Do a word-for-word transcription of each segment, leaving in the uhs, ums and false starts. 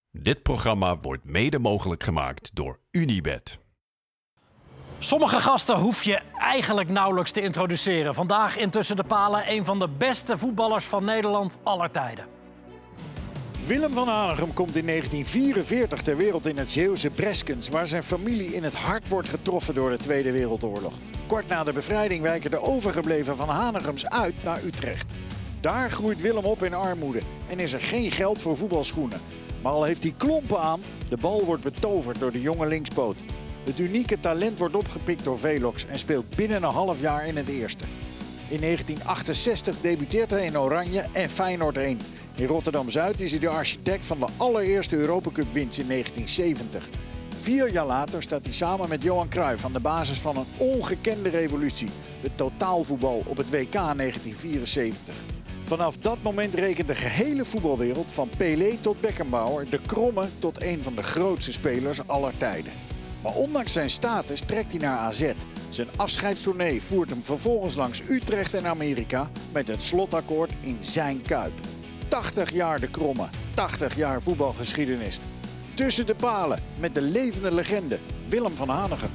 Dit programma wordt mede mogelijk gemaakt door Unibet. Sommige gasten hoef je eigenlijk nauwelijks te introduceren. Vandaag in Tussen de Palen een van de beste voetballers van Nederland aller tijden. Willem van Hanegem komt in negentien vierenveertig ter wereld in het Zeeuwse Breskens, waar zijn familie in het hart wordt getroffen door de Tweede Wereldoorlog. Kort na de bevrijding wijken de overgebleven Van Hanegems uit naar Utrecht. Daar groeit Willem op in armoede en is er geen geld voor voetbalschoenen. Maar al heeft hij klompen aan, de bal wordt betoverd door de jonge linkspoot. Het unieke talent wordt opgepikt door Velox en speelt binnen een half jaar in het eerste. In negentien achtenzestig debuteert hij in Oranje en Feyenoord één. In Rotterdam-Zuid is hij de architect van de allereerste Europacup-winst in negentien zeventig. Vier jaar later staat hij samen met Johan Cruijff aan de basis van een ongekende revolutie. Het totaalvoetbal op het W K negentien vierenzeventig. Vanaf dat moment rekent de gehele voetbalwereld, van Pelé tot Beckenbauer, de Kromme tot een van de grootste spelers aller tijden. Maar ondanks zijn status trekt hij naar A Z. Zijn afscheidstournee voert hem vervolgens langs Utrecht en Amerika met het slotakkoord in zijn Kuip. tachtig jaar de Kromme, tachtig jaar voetbalgeschiedenis. Tussen de Palen met de levende legende Willem van Hanegem.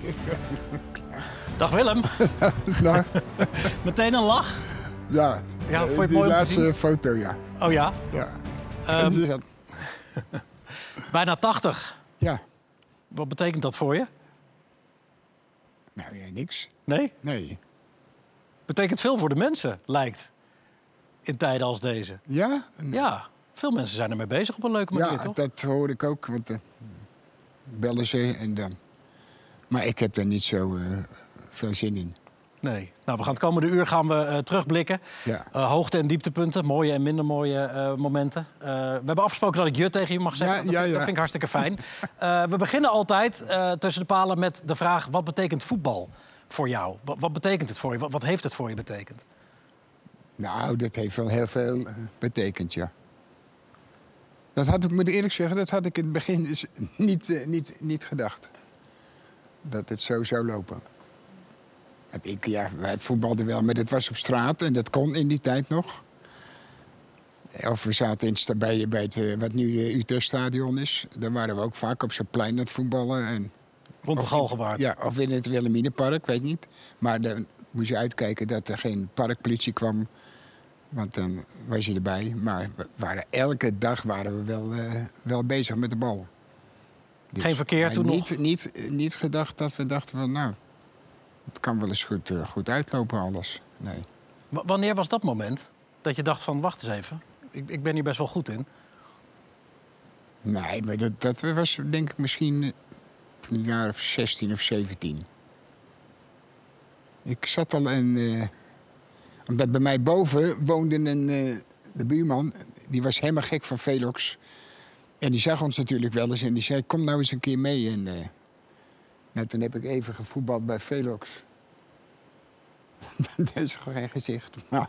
Dag Willem. Nou, Meteen een lach? ja, Ja, vond je het die mooi om te laatste zien? foto, ja. Oh ja? ja. Ehm, Dus dat- Bijna tachtig. ja, Wat betekent dat voor je? nou ja, niks. Nee? Nee. Betekent veel voor de mensen, lijkt. In tijden als deze. Ja? Ja, veel mensen zijn ermee bezig op een leuke manier, Ja, toch? dat hoor ik ook, want uh, bellen ze en dan. Maar ik heb er niet zo uh, veel zin in. Nee. Nou, we gaan het komende uur gaan we uh, terugblikken. Ja. Uh, hoogte- en dieptepunten, mooie en minder mooie uh, momenten. Uh, we hebben afgesproken dat ik je tegen je mag zeggen. Ja, dat, ja, vind, ja. dat vind ik hartstikke fijn. uh, we beginnen altijd uh, tussen de palen met de vraag: wat betekent voetbal voor jou? Wat, wat betekent het voor je? Wat, wat heeft het voor je betekend? Nou, dat heeft wel heel veel uh, betekend, ja. Dat had ik, moet ik eerlijk zeggen, dat had ik in het begin dus niet, uh, niet, niet gedacht. Dat het zo zou lopen. Want ik, ja, wij voetbalden wel, maar dat was op straat en dat kon in die tijd nog. Of we zaten in, sta- bij, bij het, uh, wat nu uh, Utrechtstadion is. Daar waren we ook vaak op zo'n plein aan het voetballen. En, Rond de of- Galgenwaard. Ja, of in het Wilhelminapark, weet niet. Maar dan moest je uitkijken dat er geen parkpolitie kwam. Want dan was je erbij. Maar we waren, elke dag waren we wel, uh, wel bezig met de bal. Dus Geen verkeer wij toen nog? niet, Niet, niet gedacht dat we dachten van nou, het kan wel eens goed, uh, goed uitlopen alles. Nee. W- wanneer was dat moment dat je dacht van, wacht eens even. Ik, ik ben hier best wel goed in. Nee, maar dat, dat was denk ik misschien een jaar of zestien of zeventien. Ik zat al in... Uh, omdat bij mij boven woonde een, uh, de buurman. Die was helemaal gek van Velox. En die zag ons natuurlijk wel eens en die zei, kom nou eens een keer mee. En uh, nou, toen heb ik even gevoetbald bij Velox. Dat is gewoon geen gezicht. Maar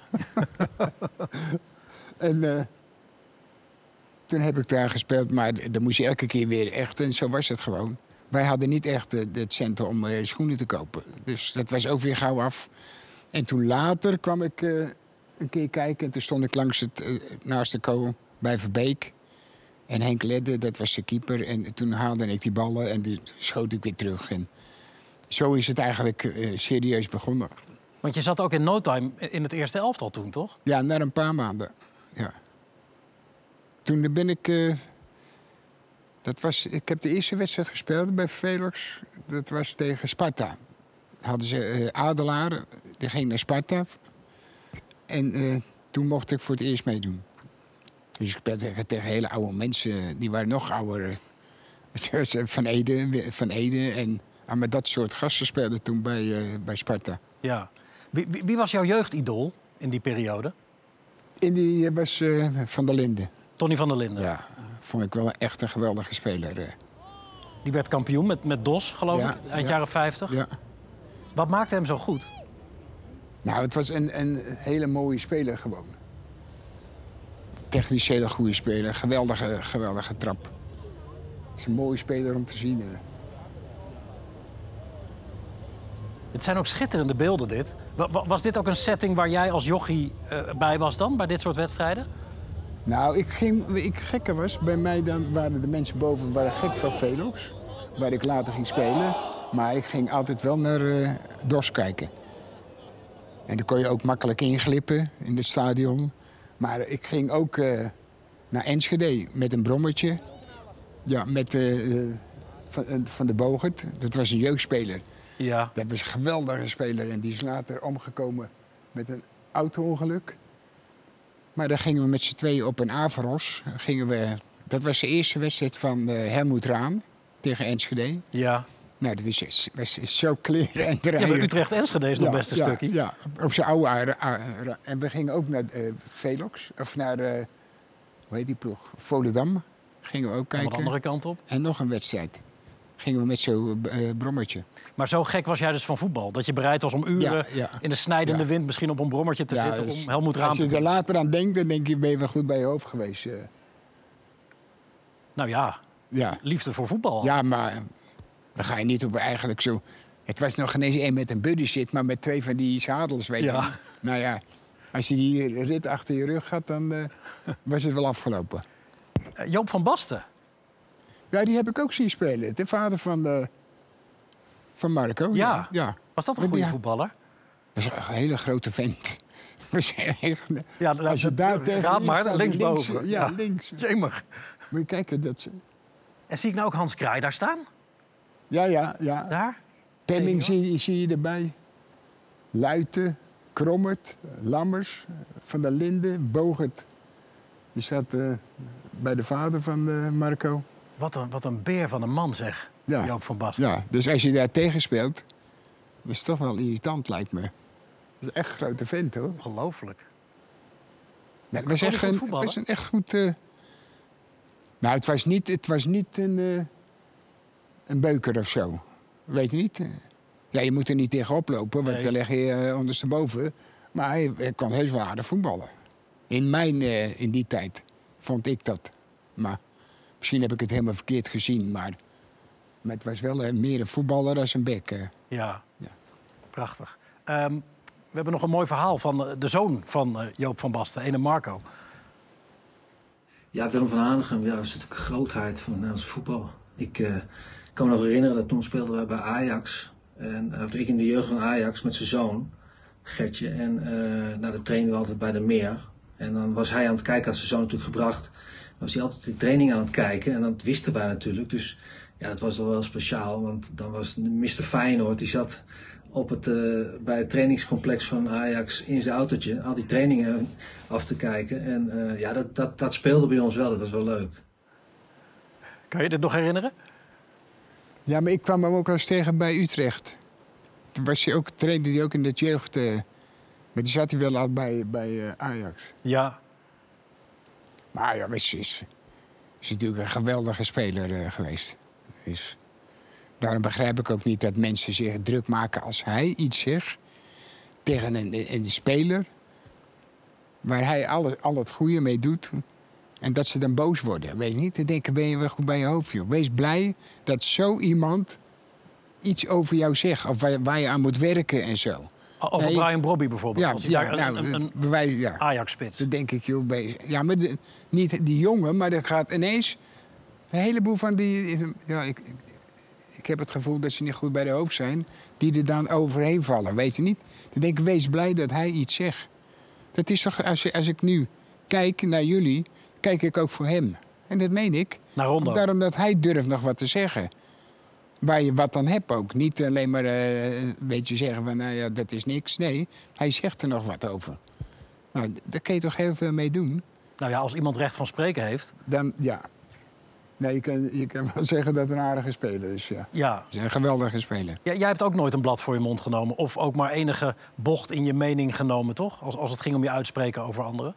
en uh, toen heb ik daar gespeeld, maar dan moest je elke keer weer echt. En zo was het gewoon. Wij hadden niet echt uh, het centen om uh, schoenen te kopen. Dus dat was ook weer gauw af. En toen later kwam ik uh, een keer kijken. En toen stond ik langs het, uh, naast de kool bij Verbeek. En Henk Ledde, dat was de keeper. En toen haalde ik die ballen en toen schoot ik weer terug. En zo is het eigenlijk uh, serieus begonnen. Want je zat ook in no time in het eerste elftal toen, toch? Ja, na een paar maanden. Ja. Toen ben ik... Uh, dat was, ik heb de eerste wedstrijd gespeeld bij Velox. Dat was tegen Sparta. Hadden ze uh, Adelaar, die ging naar Sparta. En uh, toen mocht ik voor het eerst meedoen. Dus ik speelde tegen, tegen hele oude mensen. Die waren nog ouder. Van Ede, van Ede en... Ah, maar dat soort gasten speelden toen bij, uh, bij Sparta. Ja. Wie, wie, wie was jouw jeugdidool in die periode? En die was uh, Van der Linden. Tony van der Linden. Ja, vond ik wel een echt een geweldige speler. uh. Die werd kampioen met, met Dos, geloof Ja, ik, eind ja. jaren vijftig. Ja. Wat maakte hem zo goed? Nou, het was een, een hele mooie speler gewoon. Technisch hele goede speler. Geweldige, geweldige trap. Het is een mooie speler om te zien. uh. Het zijn ook schitterende beelden, dit. Wa- wa- Was dit ook een setting waar jij als jochie uh, bij was dan, bij dit soort wedstrijden? Nou, ik ging, ik gekker was, bij mij dan waren de mensen boven waren gek van Velox. Waar ik later ging spelen. Maar ik ging altijd wel naar uh, D O S kijken. En dan kon je ook makkelijk inglippen in het stadion. Maar ik ging ook uh, naar Enschede met een brommertje. Ja, met uh, uh, van, uh, van de Bogert. Dat was een jeugdspeler. Ja. Dat was een geweldige speler. En die is later omgekomen met een auto-ongeluk. Maar dan gingen we met z'n tweeën op een Averos. Gingen we, dat was de eerste wedstrijd van uh, Helmoet Raan tegen Enschede. Ja. Nou, dat is, was zo kleren en draaien. Ja, maar Utrecht-Enschede is nog best een ja, stukje. Ja, op zijn oude aarde. En we gingen ook naar uh, Velox. Of naar, uh, hoe heet die ploeg? Volendam. Gingen we ook kijken. Aan de andere kant op. En nog een wedstrijd. Gingen we met zo'n uh, brommertje. Maar zo gek was jij dus van voetbal? Dat je bereid was om uren Ja, ja. in de snijdende Ja. wind misschien op een brommertje te Ja, zitten dus om Helmoet Raan als te je er kijken? later aan denkt, dan denk je, ben je wel goed bij je hoofd geweest. Uh, Nou ja, ja. liefde voor voetbal. ja, maar dan ga je niet op eigenlijk zo... Het was nog geen eens één met een buddy zit, maar met twee van die zadels, weet je. Ja. Nou ja, als je die rit achter je rug had, dan uh, was het wel afgelopen. Uh, Joop van Basten. Ja, die heb ik ook zien spelen. De vader van, uh, van Marco. Ja. ja. Was dat een Maar goede die- voetballer? Dat was een hele grote vent. Was echt- Ja, als je daar tegen raad maar, staat, linksboven. links, ja, links. Jemig. Moet je kijken, dat ze... En zie ik nou ook Hans Kraai daar staan? Ja, ja, ja. Daar? Pemming Senior. zie, zie je erbij. Luiten, Krommert, Lammers, Van der Linden, Bogert. Die staat uh, bij de vader van uh, Marco. Wat een, wat een beer van een man, zeg. Ja. Joop van Basten. Ja, dus als je daar tegen speelt, is het toch wel irritant, lijkt me. Dat is echt een grote vent, hoor. Ongelooflijk. Nee, het was Kon echt hij goed een, het voetballen? was een echt goed... Uh... Nou, het was niet, het was niet een, uh, een beuker of zo. Weet je niet? Ja, je moet er niet tegenop lopen, want Nee. dan leg je uh, ondersteboven. Maar hij, hij kon heus wel aardig voetballen. In mijn, uh, in die tijd vond ik dat. Maar misschien heb ik het helemaal verkeerd gezien, maar, maar het was wel uh, meer een voetballer dan een bek. Uh. Ja. Ja. Prachtig. Ehm, we hebben nog een mooi verhaal van uh, de zoon van uh, Joop van Basten, ene Marco. Ja, Willem van Hanegem, ja, dat is natuurlijk een grootheid van het Nederlandse voetbal. Ik uh, kan me nog herinneren dat toen speelden wij bij Ajax. En, uh, of ik in de jeugd van Ajax met zijn zoon, Gertje. En uh, nou, dat trainen we altijd bij de Meer. En dan was hij aan het kijken, had zijn zoon natuurlijk gebracht. Dan was hij altijd die training aan het kijken. En dat wisten wij natuurlijk. Dus ja, dat was wel wel speciaal. Want dan was mister Feyenoord, die zat op het, uh, bij het trainingscomplex van Ajax in zijn autootje. Al die trainingen af te kijken. En uh, ja, dat, dat, dat speelde bij ons wel. Dat was wel leuk. Kan je dit nog herinneren? Ja, maar ik kwam hem ook al eens tegen bij Utrecht. Toen was hij ook, trainde hij ook in de jeugd. Uh, maar die zat hij wel al bij, bij uh, Ajax. Ja. Maar ja, is, is, is natuurlijk een geweldige speler uh, geweest. Is, daarom begrijp ik ook niet dat mensen zich druk maken als hij iets zegt tegen een, een speler waar hij al, al het goede mee doet. En dat ze dan boos worden. Weet je niet? Dan denk ik, ben je wel goed bij je hoofd, joh. Wees blij dat zo iemand iets over jou zegt. Of waar, waar je aan moet werken en zo. Over Nee, Brian Brobby bijvoorbeeld. Ja, Als hij ja, daar nou, een, een, een bij wij- ja. Ajax-spits. Dan denk ik, joh, bezig. Ja, maar de- niet die jongen, maar er gaat ineens een heleboel van die... Ja, ik, ik, ik heb het gevoel dat ze niet goed bij de hoofd zijn, die er dan overheen vallen, weet je niet? Dan denk ik, wees blij dat hij iets zegt. Dat is toch, als, als ik nu kijk naar jullie, kijk ik ook voor hem. En dat meen ik. Naar Rondo. Daarom dat hij durft nog wat te zeggen. Waar je wat dan hebt ook. Niet alleen maar uh, een beetje zeggen van, nou ja, dat is niks. Nee, hij zegt er nog wat over. Nou, daar kun je toch heel veel mee doen. Nou ja, als iemand recht van spreken heeft. Dan, ja. Nee, je kan, je kan wel zeggen dat het een aardige speler is, ja. Ja. Het is een geweldige speler. Ja, jij hebt ook nooit een blad voor je mond genomen. Of ook maar enige bocht in je mening genomen, toch? Als, als het ging om je uitspreken over anderen.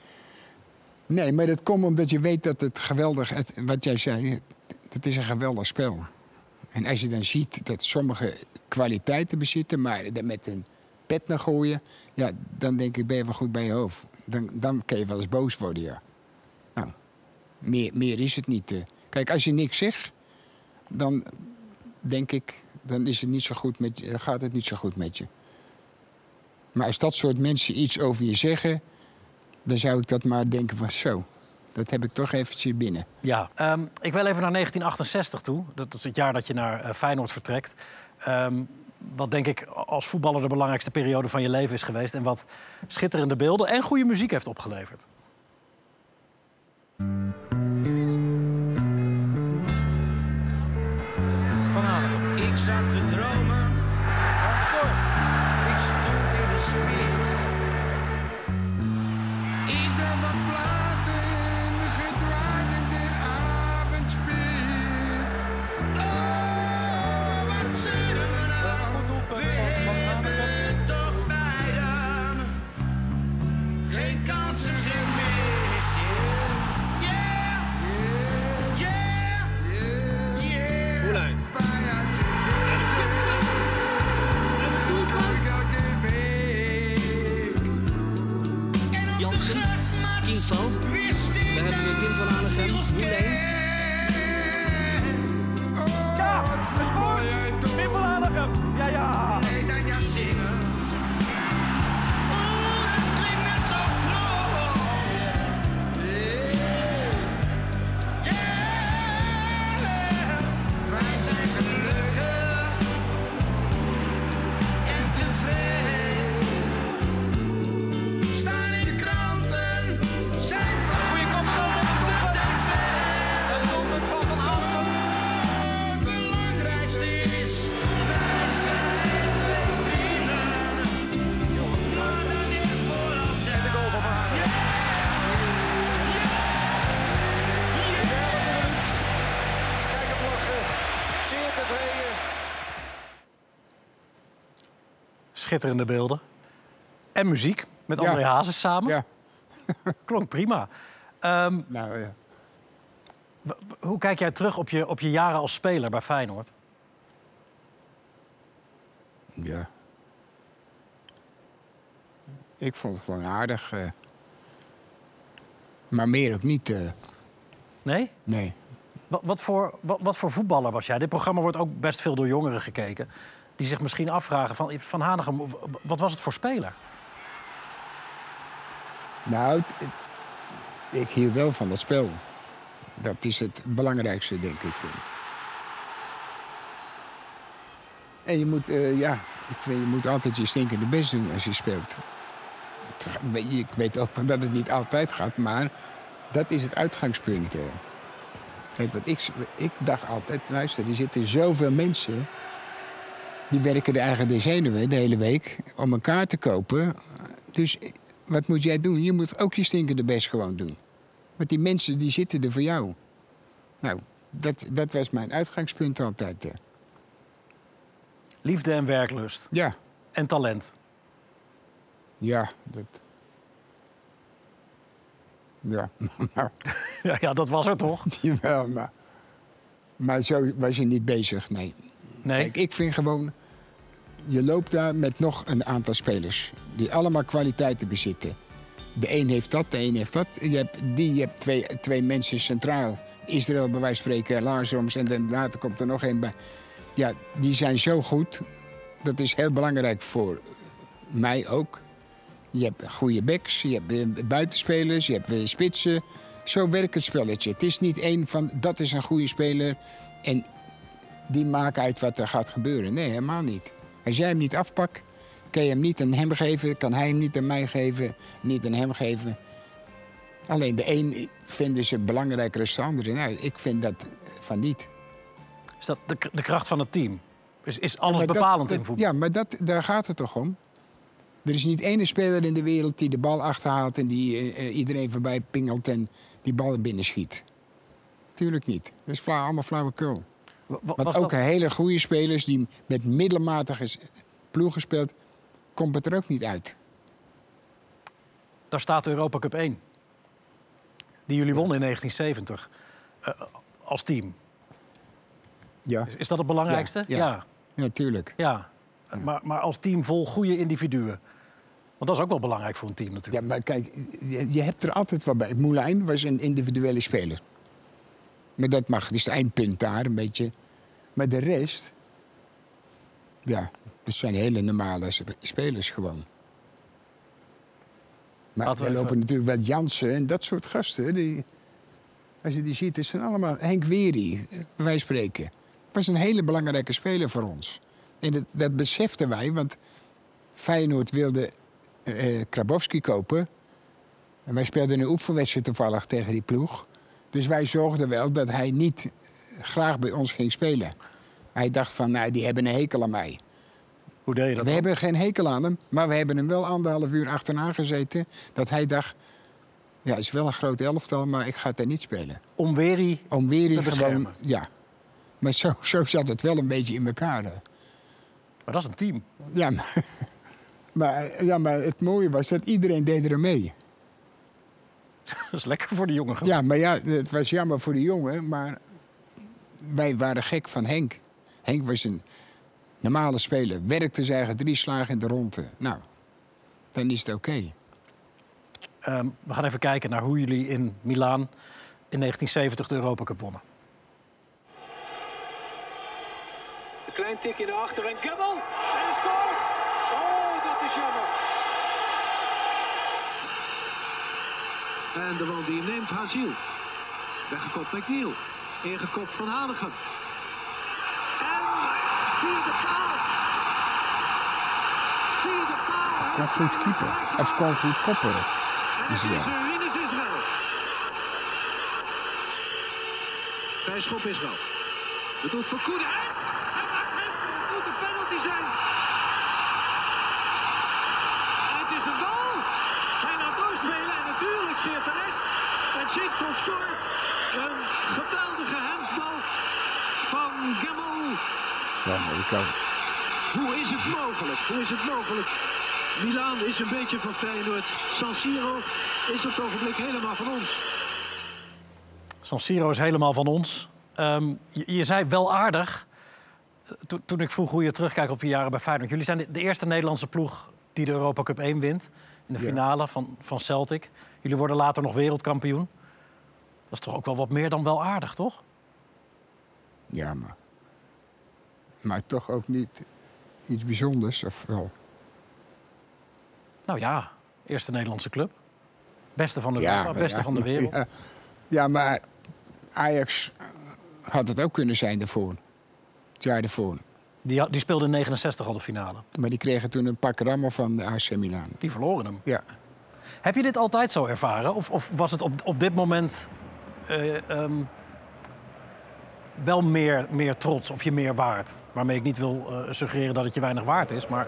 Nee, maar dat komt omdat je weet dat het geweldig... Het, wat jij zei, het is een geweldig spel. En als je dan ziet dat sommige kwaliteiten bezitten, maar er met een pet naar gooien, ja, dan denk ik, ben je wel goed bij je hoofd. Dan, dan kan je wel eens boos worden, ja. Nou, meer, meer is het niet. eh. Kijk, als je niks zegt, dan denk ik, dan is het niet zo goed met je, gaat het niet zo goed met je. Maar als dat soort mensen iets over je zeggen, dan zou ik dat maar denken van zo. Dat heb ik toch eventjes binnen. Ja, um, ik wil even naar negentien achtenzestig toe. Dat is het jaar dat je naar uh, Feyenoord vertrekt. Um, wat denk ik als voetballer de belangrijkste periode van je leven is geweest. En wat schitterende beelden en goede muziek heeft opgeleverd. Ik zat te dromen. Ik stond in de spits. Ik ben wat platen, gedwaald in de avondspit. Oh, wat zullen we nou? We hebben toch beiden geen kansen gemist. Yeah, yeah, yeah, yeah. Moulijn. Jansen, Kienval. We hebben weer Wim van Hanegem, Moulijn. Ja, het is Wim van Hanegem. Ja, ja. Nee, dan ja zingen. Oh, dat klinkt net zo klopt. Yeah. Wij zijn gelukkig en tevreden. Staan in de kranten, zijn van de tv. Het doelpunt van Van Hanegem. Het belangrijkste is, wij zijn twee vrienden. Maar dan niet voor altijd. De goal van Hanegem. Kijk hem lachen, zeer tevreden. Schitterende beelden. En muziek met Ja. André Hazes samen. Ja, Klonk prima. Um, nou ja. w- w- hoe kijk jij terug op je, op je jaren als speler bij Feyenoord? Ja. Ik vond het gewoon aardig. eh. Maar meer ook niet. eh. Nee? Nee. Wat, wat, voor, wat, wat voor voetballer was jij? Dit programma wordt ook best veel door jongeren gekeken. Die zich misschien afvragen van, van Hanegem, w- wat was het voor speler? Nou, het- het- ik hield wel van dat spel. Dat is het belangrijkste, denk ik. En je moet, eh, ja, ik weet, je moet altijd je stinkende best doen als je speelt. Het ga- weet je, Ik weet ook dat het niet altijd gaat, maar dat is het uitgangspunt. eh. Kijk, wat ik, ik dacht altijd, luister, er zitten zoveel mensen. Die werken de eigen de zenuwen de hele week om een kaart te kopen. Dus wat moet jij doen? Je moet ook je stinkende best gewoon doen. Want die mensen die zitten er voor jou. Nou, dat, dat was mijn uitgangspunt altijd. eh. Liefde en werklust. Ja, En talent. ja, dat... Ja, maar, Ja, ja, dat was er toch? jawel, maar... Maar zo was je niet bezig, nee. Nee. Kijk, ik vind gewoon... Je loopt daar met nog een aantal spelers. Die allemaal kwaliteiten bezitten. De een heeft dat, de een heeft dat. Je hebt, die, je hebt twee, twee mensen centraal. Israël, bij wijze van spreken, Laarsoms. En dan later komt er nog één bij. Ja, die zijn zo goed. Dat is heel belangrijk voor mij ook. Je hebt goede backs, je hebt eh, buitenspelers, je hebt eh, spitsen. Zo werkt het spelletje. Het is niet één van, dat is een goede speler... en die maken uit wat er gaat gebeuren. Nee, helemaal niet. Als jij hem niet afpakt, kan je hem niet aan hem geven... kan hij hem niet aan mij geven, niet aan hem geven. Alleen de een vinden ze belangrijker dan de andere. Nou, ik vind dat van niet. Is dat de, de kracht van het team? Is, is alles Maar dat- bepalend dat- in voetbal? Ja, maar dat, daar gaat het toch om? Er is niet één speler in de wereld die de bal achterhaalt... en die eh, eh, iedereen voorbij pingelt en die bal er binnen schiet. Tuurlijk niet. Dat is flauw, allemaal flauwekul. Wa- wa- Want was ook dat- hele goede spelers die met middelmatige s- ploegen speelt... komt het er ook niet uit. Daar staat de Europa Cup één. Die jullie wonnen in negentien zeventig. Eh, als team. Ja, Is, is dat het belangrijkste? Ja, ja. ja tuurlijk. ja. Maar, maar als team vol goede individuen. Want dat is ook wel belangrijk voor een team Ja, natuurlijk. maar kijk, je, je hebt er altijd wel bij. Moulijn was een individuele speler. Maar dat mag, dat is het eindpunt daar een beetje. Maar de rest... Ja, dat zijn hele normale sp- spelers gewoon. Maar Laten we er even- lopen natuurlijk wel Jansen en dat soort gasten. Die, als je die ziet, het zijn allemaal... Henk Wery, bij wijze van spreken. Was een hele belangrijke speler voor ons. En dat, dat beseften wij, want Feyenoord wilde uh, Krabowski kopen. En wij speelden een oefenwedstrijd toevallig tegen die ploeg. Dus wij zorgden wel dat hij niet graag bij ons ging spelen. Hij dacht van, nou, die hebben een hekel aan mij. Hoe deed je dat We dan? hebben geen hekel aan hem, maar we hebben hem wel anderhalf uur achterna gezeten. Dat hij dacht, ja, het is wel een groot elftal, maar ik ga het er niet spelen. Om Wery Om weer te gewoon, beschermen. ja. Maar zo, zo zat het wel een beetje in elkaar. hè. Maar dat is een team. Ja, maar, maar, ja, maar het mooie was dat iedereen deed er mee. Dat is lekker voor de jongen. geweest. Ja, maar ja, het was jammer voor de jongen, maar wij waren gek van Henk. Henk was een normale speler, werkte zijn eigen drie slagen in de ronde. Nou, dan is het oké. Ehm, we gaan even kijken naar hoe jullie in Milaan in negentien zeventig de Europa Cup wonnen. Een klein tikje naar achter en Gemmel. En een goal. Oh, dat is jammer. En de bal die neemt Haziel. Weggekopt McNeil. Ingekopt van Hanegem. En vierde paal. Vierde paal. Kon goed keeper. Of kon goed koppen. En Israël. het is Rinus Israël. Bij schop Israël. Bedoeld voor Koenen. En het maakt net. Het moet een penalty zijn. En het is een goal. Hij gaat doorspelen en natuurlijk zeer terecht. En Zinkton scoort. Een geweldige handsbal van Gemmel. Dat is wel een mooie goal. Hoe is het mogelijk? Hoe is het mogelijk? Milaan is een beetje van Feyenoord. San Siro is op het ogenblik helemaal van ons. San Siro is helemaal van ons. Ehm, je, je zei wel aardig, to, toen ik vroeg hoe je terugkijkt op je jaren bij Feyenoord. Jullie zijn de, de eerste Nederlandse ploeg die de Europa Cup één wint. In de Ja. finale van, van Celtic. Jullie worden later nog wereldkampioen. Dat is toch ook wel wat meer dan wel aardig, toch? Ja, maar... Maar toch ook niet iets bijzonders, of wel? Nou ja, eerste Nederlandse club. Beste van de, wereld, beste ja, van de wereld. Ja, ja, maar Ajax had het ook kunnen zijn daarvoor. Het jaar daarvoor. Die, had- die speelde in negenenzestig al de finale. Maar die kregen toen een pak rammen van de A C Milan. Die verloren hem. Ja. Heb je dit altijd zo ervaren? Of, of was het op, op dit moment eh, ehm, wel meer, meer trots of je meer waard? Waarmee ik niet wil eh, suggereren dat het je weinig waard is, maar...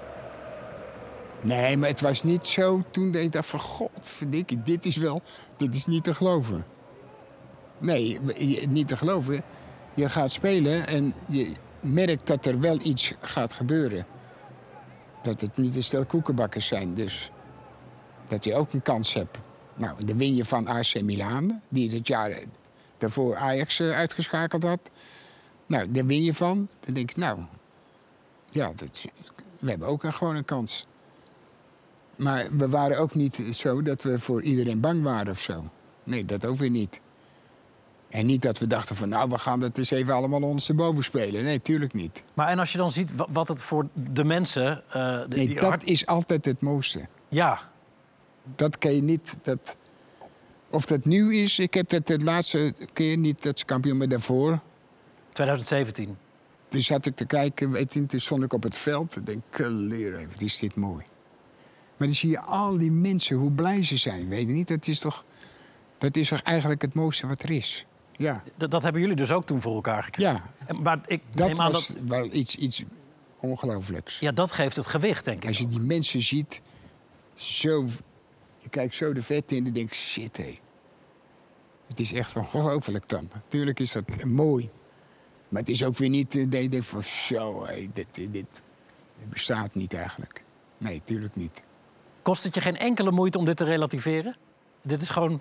Nee, maar het was niet zo toen dat ik dacht van... God, verdikkie, dit is wel... Dit is niet te geloven. Nee, je- niet te geloven. Je gaat spelen en je merkt dat er wel iets gaat gebeuren. Dat het niet een stel koekenbakkers zijn, dus... Dat je ook een kans hebt. Nou, dan win je van A C Milan, die het jaar daarvoor Ajax eh, uitgeschakeld had. Nou, daar win je van. Dan denk ik, nou... Ja, dat, we hebben ook een, gewoon een kans. Maar we waren ook niet zo dat we voor iedereen bang waren of zo. Nee, dat ook weer niet. En niet dat we dachten van, nou, we gaan het eens even allemaal ondersteboven spelen. Nee, tuurlijk niet. Maar en als je dan ziet wa- wat het voor de mensen... eh, die, Nee, die dat hard- is altijd het mooiste. Ja, Dat kan je niet... Dat... Of dat nu is, ik heb dat de laatste keer niet, dat is kampioen, maar daarvoor. twintig zeventien. Toen zat ik te kijken, weet je, toen stond ik op het veld. Ik denk, leer wat is dit mooi. Maar dan zie je al die mensen, hoe blij ze zijn, weet je niet? Dat is toch, dat is toch eigenlijk het mooiste wat er is. Ja, D- dat hebben jullie dus ook toen voor elkaar gekregen. ja En- Maar ik dat neem aan was dat... wel iets, iets ongelooflijks. Ja, dat geeft het gewicht, denk ik. Als je ook. die mensen ziet, zo, je kijkt zo de vet in en denkt, shit hé. Het is echt ongelooflijk dan. Natuurlijk is dat mooi. Maar het is ook weer niet, eh, dat je denkt van zo, hé, dit, dit, dit bestaat niet eigenlijk. Nee, tuurlijk niet. Kost het je geen enkele moeite om dit te relativeren? Dit is gewoon...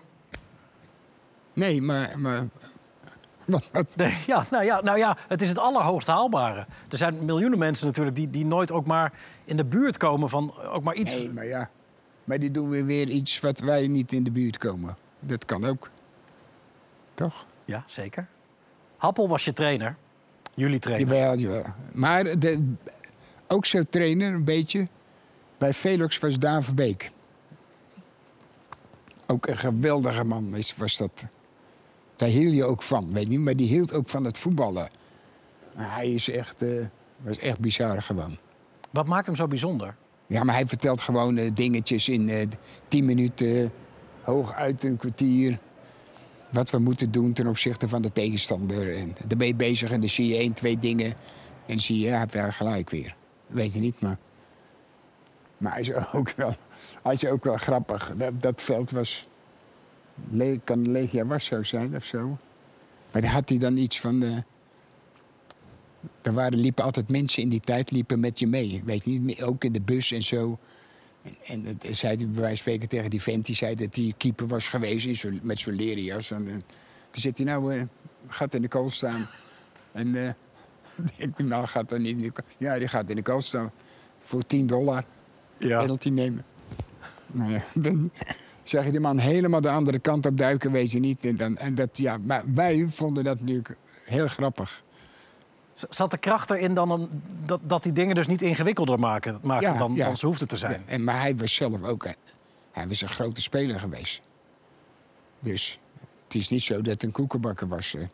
Nee, maar, maar wat, wat, Nee, ja, nou, ja, nou ja, het is het allerhoogst haalbare. Er zijn miljoenen mensen natuurlijk die, die nooit ook maar in de buurt komen van ook maar iets... nee, maar ja. Maar die doen weer, weer iets wat wij niet in de buurt komen. Dat kan ook. Toch? Ja, zeker. Happel was je trainer. Jullie trainer. Jawel, jawel. Maar de, ook zo trainer, een beetje. Bij Velox was Daan Verbeek. Ook een geweldige man is, was dat. Daar hield je ook van, weet je. Maar die hield ook van het voetballen. Maar hij is echt, uh, was echt bizar gewoon. Wat maakt hem zo bijzonder? Ja, maar hij vertelt gewoon uh, dingetjes in uh, tien minuten, uh, hooguit een kwartier. Wat we moeten doen ten opzichte van de tegenstander. En daar ben je bezig en dan zie je één, twee dingen. En dan zie je, ja, hij heeft wel gelijk weer. Weet je niet, maar... Maar hij is ook wel, hij is ook wel grappig. Dat, dat veld was... Le kan Legia Warschau zijn of zo. Maar daar had hij dan iets van... Uh, er waren, liepen altijd mensen in die tijd liepen met je mee. Weet je niet, ook in de bus en zo. En, en dat zei hij bij wijze van spreken tegen die vent... die zei dat hij keeper was geweest in zo, met zo'n leren jas. En, uh, toen zit hij nou, uh, gaat in de kool staan. En uh, ik denk, nou, gaat dan niet in de kool. Ja, die gaat in de kool staan. Voor tien dollar. Ja. Penalty nemen. Nou ja, dan zag je die man helemaal de andere kant op duiken, weet je niet. En, dan, en dat, ja, maar wij vonden dat natuurlijk heel grappig. Zat de kracht erin dan een, dat, dat die dingen dus niet ingewikkelder maken, maken Ja, dan, ja. dan ze hoefden te zijn? Ja, en, maar hij was zelf ook... Hij was een grote speler geweest. Dus het is niet zo dat het een koekenbakker was. Hè.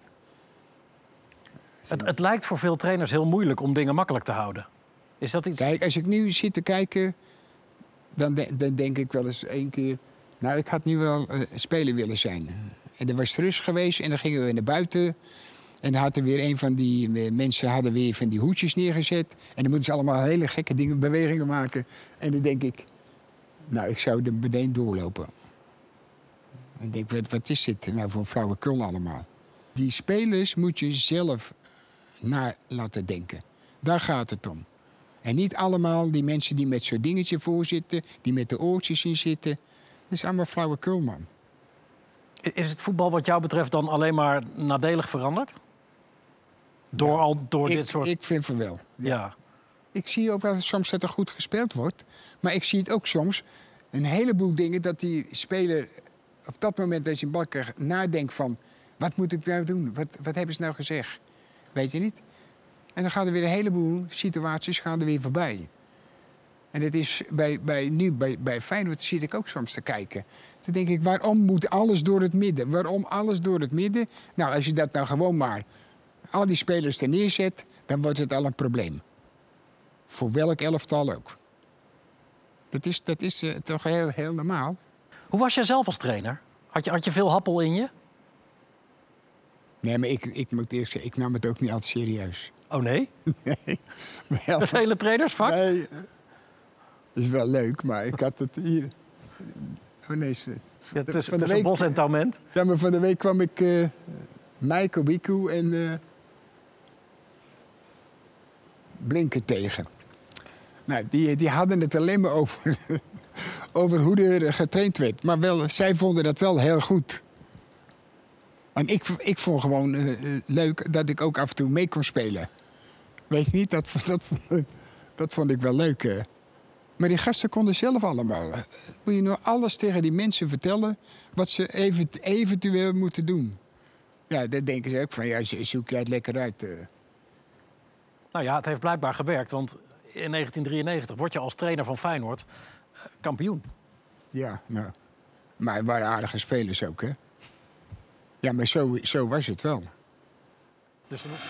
Het, het lijkt voor veel trainers heel moeilijk om dingen makkelijk te houden. Is dat iets... Kijk, als ik nu zit te kijken... dan, de, dan denk ik wel eens één keer... Nou, ik had nu wel uh, speler willen zijn. En er was rust geweest en dan gingen we naar buiten... En dan had er weer een van die uh, mensen hadden weer van die hoedjes neergezet. En dan moeten ze allemaal hele gekke dingen, bewegingen maken. En dan denk ik... Nou, ik zou er meteen doorlopen. En ik denk, wat, wat is dit nou voor een flauwekul allemaal? Die spelers moet je zelf na laten denken. Daar gaat het om. En niet allemaal die mensen die met zo'n dingetje voor zitten... die met de oortjes in zitten. Dat is allemaal flauwekul, man. Is het voetbal wat jou betreft dan alleen maar nadelig veranderd? Door, Ja, al, door ik, dit soort... Ik vind van wel. Ja. Ik zie ook wel soms dat er goed gespeeld wordt. Maar ik zie het ook soms, een heleboel dingen... dat die speler op dat moment dat je een bal krijgt... nadenkt van, wat moet ik nou doen? Wat, wat hebben ze nou gezegd? Weet je niet? En dan gaan er weer een heleboel situaties gaan er weer voorbij. En dat is bij, bij, nu bij, bij Feyenoord zit ik ook soms te kijken. Dan denk ik, waarom moet alles door het midden? Waarom alles door het midden? Nou, als je dat nou gewoon maar... al die spelers er neerzet, dan wordt het al een probleem. Voor welk elftal ook. Dat is, dat is uh, toch heel, heel normaal. Hoe was jij zelf als trainer? Had je, had je veel happel in je? Nee, maar ik, ik moet eerst zeggen, ik nam het ook niet altijd serieus. Oh nee? Nee. Wel, Het hele trainersvak? nee, is wel leuk, maar ik had het hier... Oh nee, ze- Ja, tussen van de tussen week- Bos en Taument. Ja, maar van de week kwam ik uh, Michael Biku en uh, Blinker tegen. Nou, die, die hadden het alleen maar over, over hoe er getraind werd. Maar wel, zij vonden dat wel heel goed. En ik, ik vond gewoon uh, uh, leuk dat ik ook af en toe mee kon spelen. Weet je niet, dat, dat, vond, dat vond ik wel leuk. Uh. Maar die gasten konden zelf allemaal. Uh, moet je nou alles tegen die mensen vertellen... wat ze even, eventueel moeten doen. Ja, dan denken ze ook van, ja, zoek jij het lekker uit. Uh. Nou ja, het heeft blijkbaar gewerkt. Want in negentien drieënnegentig word je als trainer van Feyenoord uh, kampioen. Ja, nou. Maar het waren aardige spelers ook, hè? Ja, maar zo, zo was het wel. Dus dan...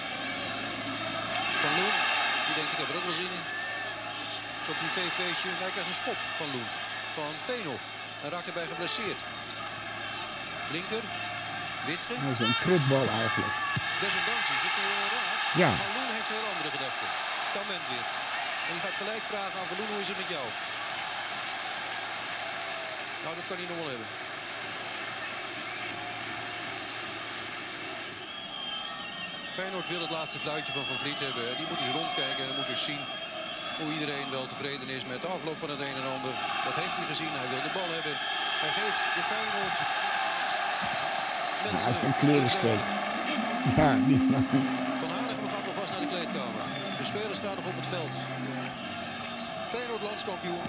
Van Loen, die denkt, ik heb er ook wel zin in. Zo'n privéfeestje, en hij krijgt een schop van Loen. Van Veenhoff. En raakt erbij geblesseerd. Blinker, Witsche. Dat is een trutbal eigenlijk. Desondanks is het uh, raar. Ja. Van Loen heeft een heel andere gedachten. Taument weer. En die gaat gelijk vragen aan Van Loen, hoe is het met jou? Nou, dat kan hij nog wel hebben. Feyenoord wil het laatste fluitje van Van Vliet hebben. Die moet eens rondkijken en moet eens zien hoe iedereen wel tevreden is met de afloop van het een en ander. Dat heeft hij gezien. Hij wil de bal hebben. Hij geeft de Feyenoord Ja, dat is een klerenstreek. Ja, die... Van Hanegem gaat alvast naar de kleedkamer. De spelers staan nog op het veld. Feyenoord landskampioen.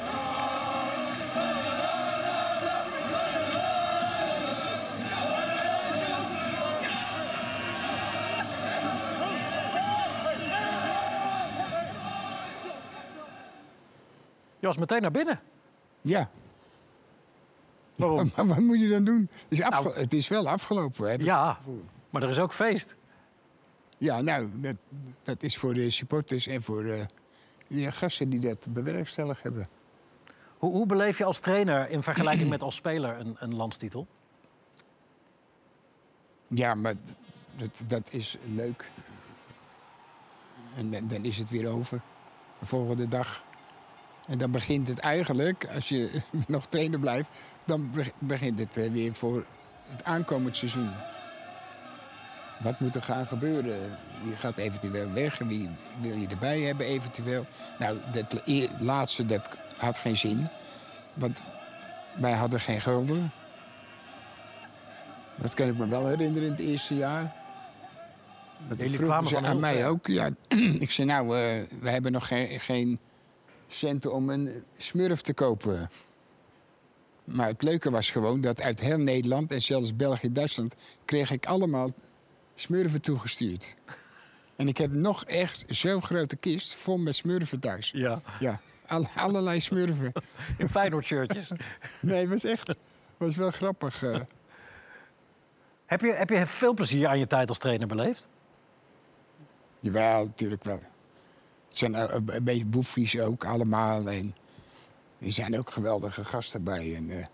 Je was meteen naar binnen. Ja. Waarom? Maar wat moet je dan doen? Het is, afge- Nou. het is wel afgelopen, heb ik Ja, het gevoel. maar er is ook feest. Ja, nou, dat, dat is voor de supporters en voor uh, die gasten die dat bewerkstellig hebben. Hoe, hoe beleef je als trainer in vergelijking met als speler een, een landstitel? Ja, maar dat, dat is leuk. En dan, dan is het weer over. De volgende dag. En dan begint het eigenlijk, als je nog trainer blijft... dan be- begint het uh, weer voor het aankomend seizoen. Wat moet er gaan gebeuren? Wie gaat eventueel weg? Wie wil je erbij hebben eventueel? Nou, dat e- laatste dat had geen zin. Want wij hadden geen gulden. Dat kan ik me wel herinneren in het eerste jaar. Dat Jullie vroegen kwamen ze van aan heel mij ver. ook. Ja, ik zei, nou, uh, we hebben nog geen, geen centen om een smurf te kopen. Maar het leuke was gewoon dat uit heel Nederland... en zelfs België, Duitsland... kreeg ik allemaal smurfen toegestuurd. En ik heb nog echt zo'n grote kist vol met smurfen thuis. Ja. Ja, al- allerlei smurfen. In Feyenoord-shirtjes. Nee, het was echt... was wel grappig. uh. heb, je, heb je veel plezier aan je tijd als trainer beleefd? Jawel, natuurlijk wel. Het zijn uh, een een beetje boeffies ook, allemaal. En er zijn ook geweldige gasten bij. En, uh,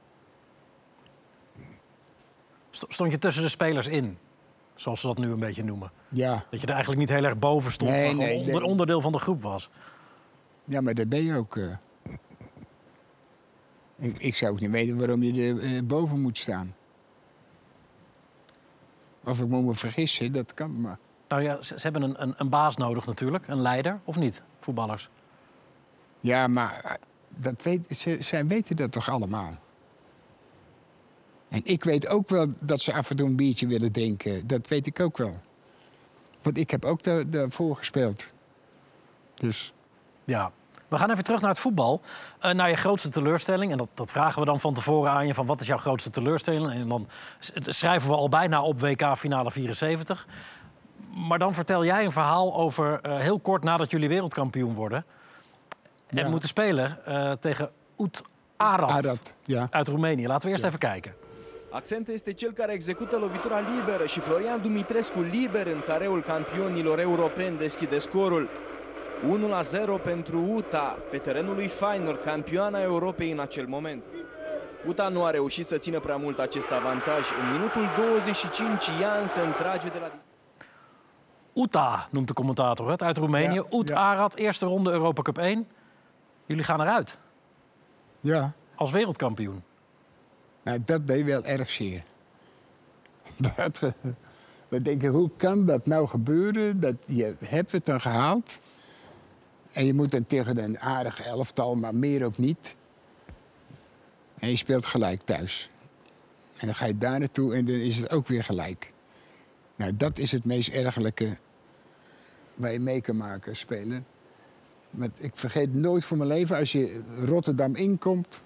St- Stond je tussen de spelers in? Zoals ze dat nu een beetje noemen. ja. Dat je er eigenlijk niet heel erg boven stond, Nee, maar gewoon nee, onder, nee. onderdeel van de groep was. ja, maar dat ben je ook. uh. Ik, ik zou ook niet weten waarom je er uh, boven moet staan. Of ik moet me vergissen, dat kan maar. Nou ja, ze, ze hebben een, een, een baas nodig natuurlijk, een leider, of niet, voetballers? Ja, maar uh, dat weet, ze, zij weten dat toch allemaal? En ik weet ook wel dat ze af en toe een biertje willen drinken. Dat weet ik ook wel. Want ik heb ook da- daarvoor gespeeld. Dus Ja. We gaan even terug naar het voetbal. Uh, naar je grootste teleurstelling. En dat, dat vragen we dan van tevoren aan je. Van wat is jouw grootste teleurstelling? En dan s- schrijven we al bijna op W K-finale vierenzeventig. Maar dan vertel jij een verhaal over... Uh, heel kort nadat jullie wereldkampioen worden. En Ja. moeten spelen uh, tegen Ut Arat, Arad, ja. uit Roemenië. Laten we eerst Ja. even kijken. Accent este cel care execută lovitura liberă și Florian Dumitrescu liber în careul campionilor europeni deschide scorul. unu la zero pentru U T A pe terenul lui Feyenoord, campioana Europei în acel moment. U T A nu a reușit să țină prea mult acest avantaj. În minutul douăzeci și cinci, Jansen trage de la distanță. U T A noemt de commentator het, uit Roemenië. Ja, Ut ja. Arat, eerste ronde Europa Cup één. Jullie gaan eruit Ja. als wereldkampioen. Nou, dat deed wel erg zeer. Dat, eh, we denken, hoe kan dat nou gebeuren? Dat je hebt het dan gehaald. En je moet dan tegen een aardig elftal, maar meer ook niet. En je speelt gelijk thuis. En dan ga je daar naartoe en dan is het ook weer gelijk. Nou, dat is het meest ergelijke waar je mee kan maken, speler. Maar ik vergeet nooit voor mijn leven, als je Rotterdam inkomt...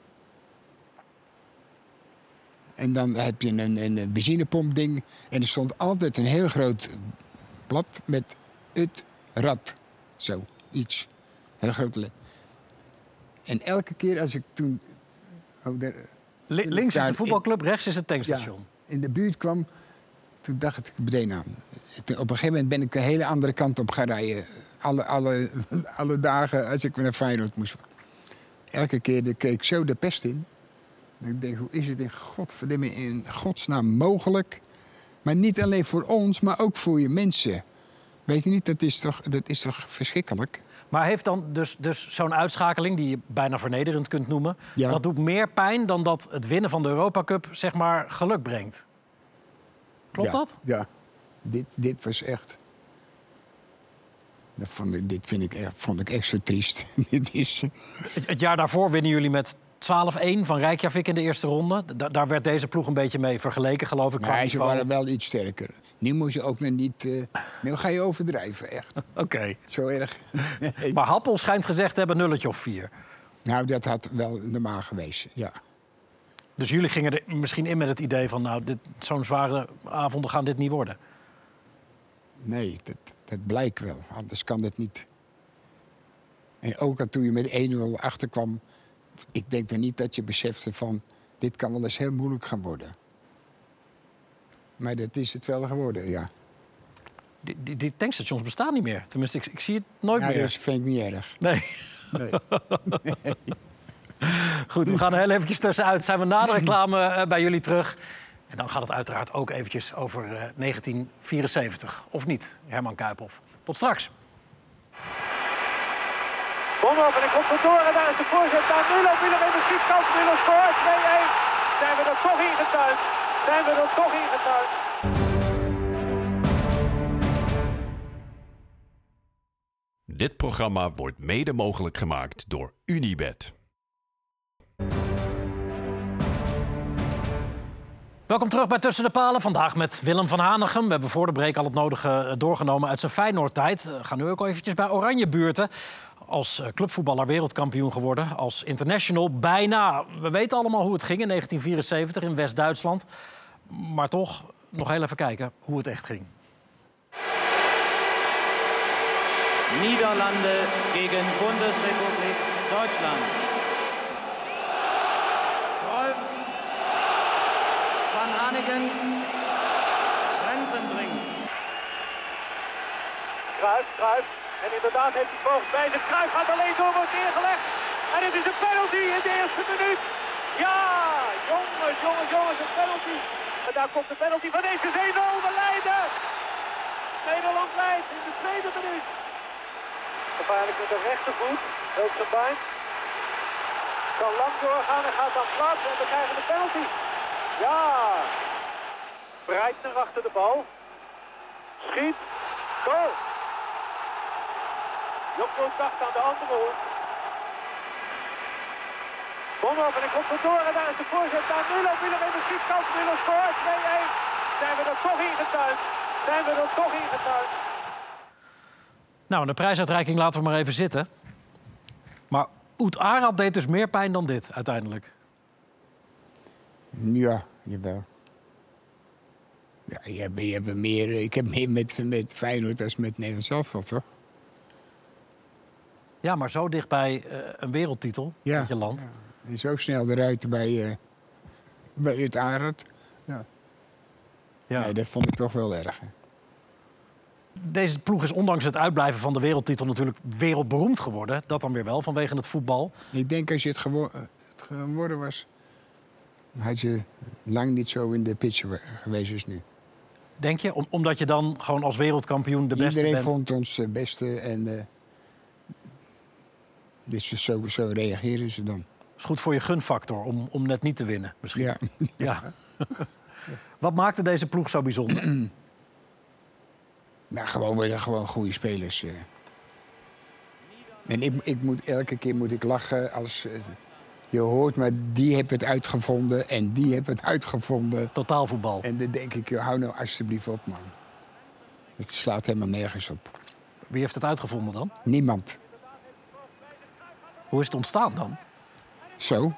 En dan heb je een, een benzinepompding. En er stond altijd een heel groot blad met het rad. Zo, iets. Heel groot. le- En elke keer als ik toen... Oh, daar, Li- toen links ik is daar de voetbalclub, rechts is het in, tankstation. ja, in de buurt kwam, toen dacht ik meteen aan. Toen, op een gegeven moment ben ik de hele andere kant op gaan rijden. Alle, alle, alle dagen als ik naar Feyenoord moest. Elke keer de- kreeg ik zo de pest in. Ik denk, hoe is het in godverdomme in godsnaam mogelijk? Maar niet alleen voor ons, maar ook voor je mensen. Weet je niet, dat is toch, dat is toch verschrikkelijk? Maar heeft dan dus, dus zo'n uitschakeling, die je bijna vernederend kunt noemen... Ja. dat doet meer pijn dan dat het winnen van de Europa Cup zeg maar geluk brengt. Klopt Ja, dat? Ja, dit, dit was echt... Dat vond ik, dit vind ik echt, vond ik echt zo triest. dit is... Het, het jaar daarvoor winnen jullie met twaalf één van Reykjavik in de eerste ronde. Da- daar werd deze ploeg een beetje mee vergeleken, geloof ik. qua Maar ze niveau. waren wel iets sterker. Nu moet je ook nog niet... Uh, nu ga je overdrijven, echt. Oké. Zo erg. Nee. Maar Happel schijnt gezegd te hebben nulletje of vier. Nou, dat had wel normaal geweest, ja. Dus jullie gingen er misschien in met het idee van... nou, dit- zo'n zware avonden gaan dit niet worden. Nee, dat, dat blijkt wel. Anders kan dat niet. En ook al toen je met één nul achterkwam... ik denk dan niet dat je besefte van... dit kan wel eens heel moeilijk gaan worden. Maar dat is het wel geworden, ja. Die, die, die tankstations bestaan niet meer. Tenminste, ik, ik zie het nooit Ja, meer. dat vind ik niet erg. Nee. Nee. nee. Goed, we gaan er heel eventjes tussenuit. Zijn we na de reclame uh, bij jullie terug. En dan gaat het uiteraard ook eventjes over uh, negentien vierenzeventig. Of niet, Herman Kuiphoff. Tot straks. Bonhoff en ik kom door en daar is de voorzet naar Müller. Müller heeft een schietkans, Müller scoort. twee-een. Zijn we er toch ingetuind? Zijn we er toch ingetuind? Dit programma wordt mede mogelijk gemaakt door Unibet. Welkom terug bij Tussen de Palen. Vandaag met Willem van Hanegem. We hebben voor de break al het nodige doorgenomen uit zijn Feyenoord-tijd. We gaan nu ook eventjes bij Oranje buurten. Als clubvoetballer wereldkampioen geworden. Als international bijna. We weten allemaal hoe het ging in negentien vierenzeventig in West-Duitsland. Maar toch nog heel even kijken hoe het echt ging. Niederlande gegen Bundesrepublik Deutschland. Rolf van Hanegem, Rensenbrink. Kruijff, Kruijff. En inderdaad heeft hij volgens bij zich. Kruijff gaat alleen door, wordt neergelegd. En het is een penalty in de eerste minuut. Ja, jongens, jongens, jongens, een penalty. En daar komt de penalty van deze één nul. We leiden. Nederland leidt in de tweede minuut. Gevaarlijk met de rechtervoet. Hulpsenbein. Kan lang doorgaan en gaat dan plaats. En we krijgen de penalty. Ja. Breitner achter de bal. Schiet. Goal. Jokkoos dacht aan de andere hoek. Bonhoff en ik kom er door en daar is de voorzet naar Müller. Müller heeft een schietkans. Müller scoort. twee-een. Zijn we er toch ingetuind? Zijn we er toch ingetuind? Nou, de prijsuitreiking laten we maar even zitten. Maar Oet Arat deed dus meer pijn dan dit, uiteindelijk. Ja, jawel. Ja, je hebt, je hebt meer, ik heb meer met, met Feyenoord als met Nederlands elftal, toch? Ja, maar zo dicht bij uh, een wereldtitel Ja, met je land. Ja. En zo snel eruit bij, uh, bij het Arat. Ja. Ja. Nee, dat vond ik toch wel erg. Hè. Deze ploeg is ondanks het uitblijven van de wereldtitel natuurlijk wereldberoemd geworden. Dat dan weer wel, vanwege het voetbal. Ik denk als je het, gewo- het geworden was, had je lang niet zo in de picture geweest als nu. Denk je? Om, omdat je dan gewoon als wereldkampioen de beste Iedereen bent? vond ons de beste en uh, dus zo, zo reageren ze dan. Dat is goed voor je gunfactor om, om net niet te winnen, misschien. Ja. ja. Wat maakte deze ploeg zo bijzonder? Nou, gewoon worden gewoon goede spelers. Uh. En ik, ik moet, elke keer moet ik lachen als uh, je hoort, maar die heeft het uitgevonden en die heeft het uitgevonden. Totaalvoetbal. En dan denk ik, hou nou alsjeblieft op, man. Het slaat helemaal nergens op. Wie heeft het uitgevonden dan? Niemand. Hoe is het ontstaan dan? Zo.